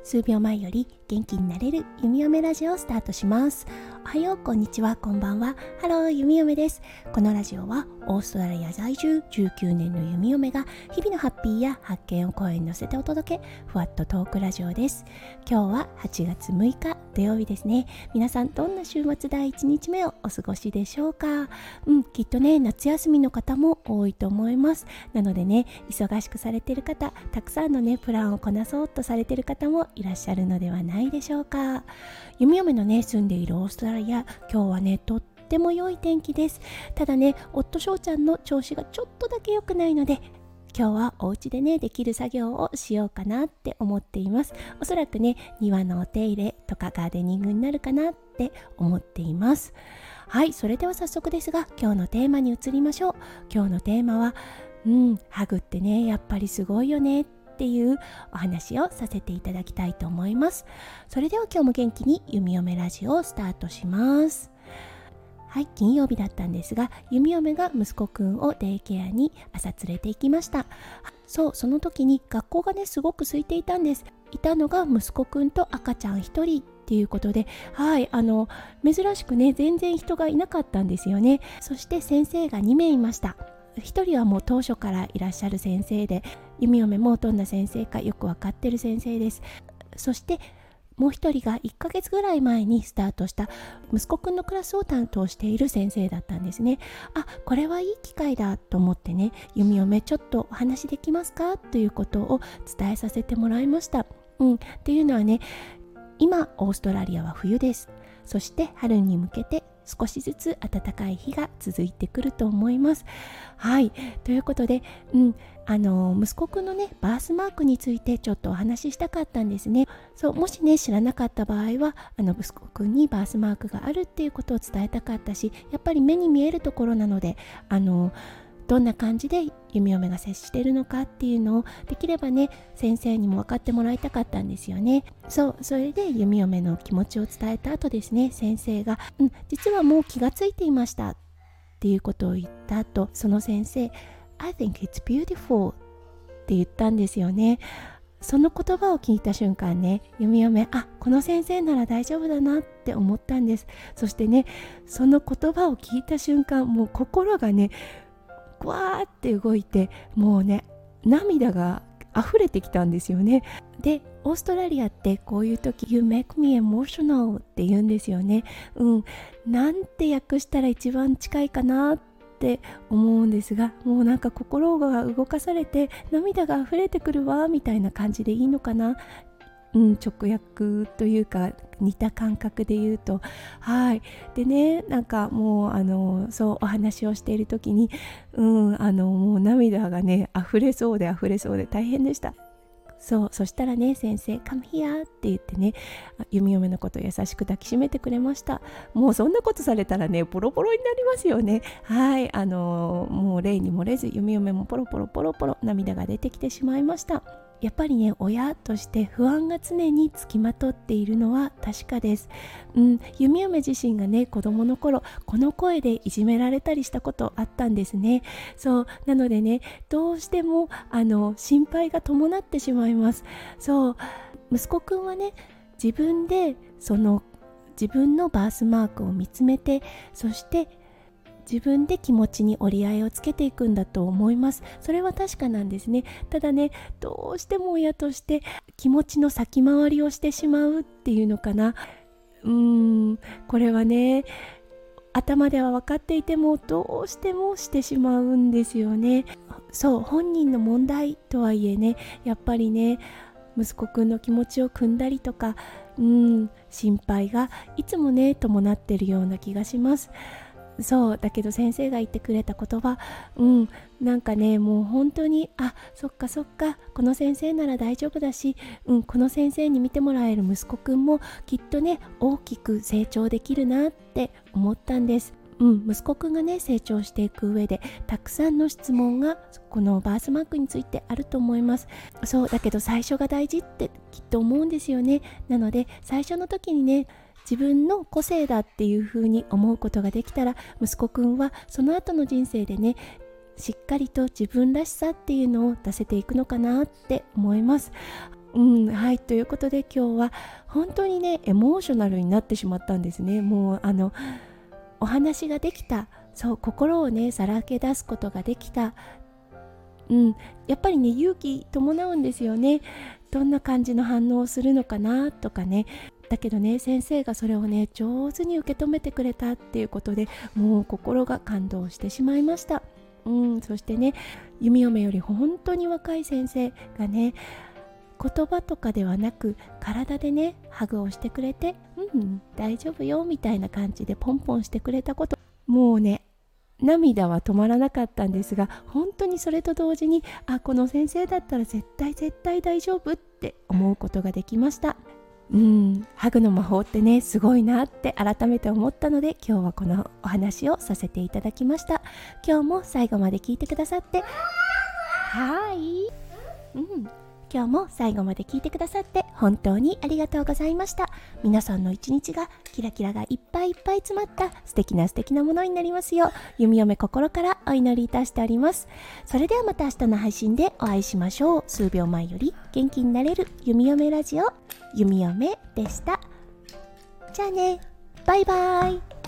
数秒前より元気になれる弓嫁ラジオをスタートします。おはよう、こんにちは、こんばんは。ハロー、弓嫁です。このラジオはオーストラリア在住19年の弓嫁が日々のハッピーや発見を声に乗せてお届け、ふわっとトークラジオです。今日は8月6日土曜日ですね。皆さんどんな週末第1日目をお過ごしでしょうか。きっとね、夏休みの方も多いと思います。なのでね、忙しくされている方、たくさんのねプランをこなそうとされている方もいらっしゃるのではないでしょうか。弓嫁のね住んでいるオーストラリア、今日はねとっても良い天気です。ただね、夫翔ちゃんの調子がちょっとだけ良くないので、今日はお家でねできる作業をしようかなって思っています。おそらくね、庭のお手入れとかガーデニングになるかなって思っています。はい、それでは早速ですが、今日のテーマに移りましょう。今日のテーマはハグってねやっぱりすごいよねっていうお話をさせていただきたいと思います。それでは今日も元気に弓嫁ラジオをスタートします。はい、金曜日だったんですが、弓嫁が息子くんをデイケアに朝連れて行きました。その時に学校がねすごく空いていたんです。いたのが息子くんと赤ちゃん1人っていうことで、珍しくね全然人がいなかったんですよね。そして先生が2名いました。1人はもう当初からいらっしゃる先生で、弓嫁もどんな先生かよく分かってる先生です。そしてもう1人が1ヶ月ぐらい前にスタートした息子くんのクラスを担当している先生だったんですね。これはいい機会だと思ってね、弓嫁ちょっとお話できますかということを伝えさせてもらいました。っていうのはね、今オーストラリアは冬です。そして春に向けて少しずつ暖かい日が続いてくると思います。はい、ということで、息子くんのねバースマークについてちょっとお話ししたかったんですね。もしね知らなかった場合は、息子くんにバースマークがあるっていうことを伝えたかったし、やっぱり目に見えるところなので、どんな感じで弓嫁が接しているのかっていうのをできればね先生にも分かってもらいたかったんですよね。それで弓嫁の気持ちを伝えた後ですね、先生が実はもう気がついていましたっていうことを言った後、その先生 I think it's beautiful って言ったんですよね。その言葉を聞いた瞬間ね、弓嫁この先生なら大丈夫だなって思ったんです。そしてね、その言葉を聞いた瞬間、もう心がねわーって動いて、もうね涙が溢れてきたんですよね。で、オーストラリアってこういう時 You make me emotional って言うんですよね。なんて訳したら一番近いかなって思うんですが、もうなんか心が動かされて涙が溢れてくるわみたいな感じでいいのかな。直訳というか似た感覚で言うと、でね、なんかもうそうお話をしている時にもう涙がね溢れそうで大変でした。そしたらね先生 Come here って言ってね、弓嫁のことを優しく抱きしめてくれました。もうそんなことされたらねボロボロになりますよね。もう例に漏れず弓嫁もポロポロ涙が出てきてしまいました。やっぱりね親として不安が常につきまとっているのは確かです。弓嫁自身がね子供の頃この声でいじめられたりしたことあったんですね。なのでね、どうしても心配が伴ってしまいます。息子くんはね自分で自分のバースマークを見つめて、そして自分で気持ちに折り合いをつけていくんだと思います。それは確かなんですね。ただね、どうしても親として気持ちの先回りをしてしまうっていうのかな。これはね、頭では分かっていてもどうしてもしてしまうんですよね。本人の問題とはいえね、やっぱりね、息子くんの気持ちを汲んだりとか、心配がいつもね伴ってるような気がします。だけど先生が言ってくれた言葉、なんかねもう本当にそっかこの先生なら大丈夫だし、この先生に見てもらえる息子くんもきっとね大きく成長できるなって思ったんです。息子くんがね成長していく上でたくさんの質問がこのバースマークについてあると思います。だけど最初が大事ってきっと思うんですよね。なので最初の時にね自分の個性だっていう風に思うことができたら、息子くんはその後の人生でねしっかりと自分らしさっていうのを出せていくのかなって思います。 はい、ということで今日は本当にねエモーショナルになってしまったんですね。もうお話ができた、そう心をねさらけ出すことができた。やっぱりね勇気伴うんですよね。どんな感じの反応をするのかなとかね。だけどね先生がそれをね上手に受け止めてくれたっていうことで、もう心が感動してしまいました。そしてね弓嫁より本当に若い先生がね、言葉とかではなく体でねハグをしてくれて、大丈夫よみたいな感じでポンポンしてくれたこと、もうね涙は止まらなかったんですが、本当にそれと同時にこの先生だったら絶対大丈夫って思うことができました。ハグの魔法ってねすごいなって改めて思ったので、今日はこのお話をさせていただきました。今日も最後まで聞いてくださって今日も最後まで聞いてくださって本当にありがとうございました。皆さんの一日がキラキラがいっぱい詰まった素敵なものになりますよう、弓嫁心からお祈りいたしております。それではまた明日の配信でお会いしましょう。数秒前より元気になれる弓嫁ラジオ、弓嫁でした。じゃあね、バイバイ。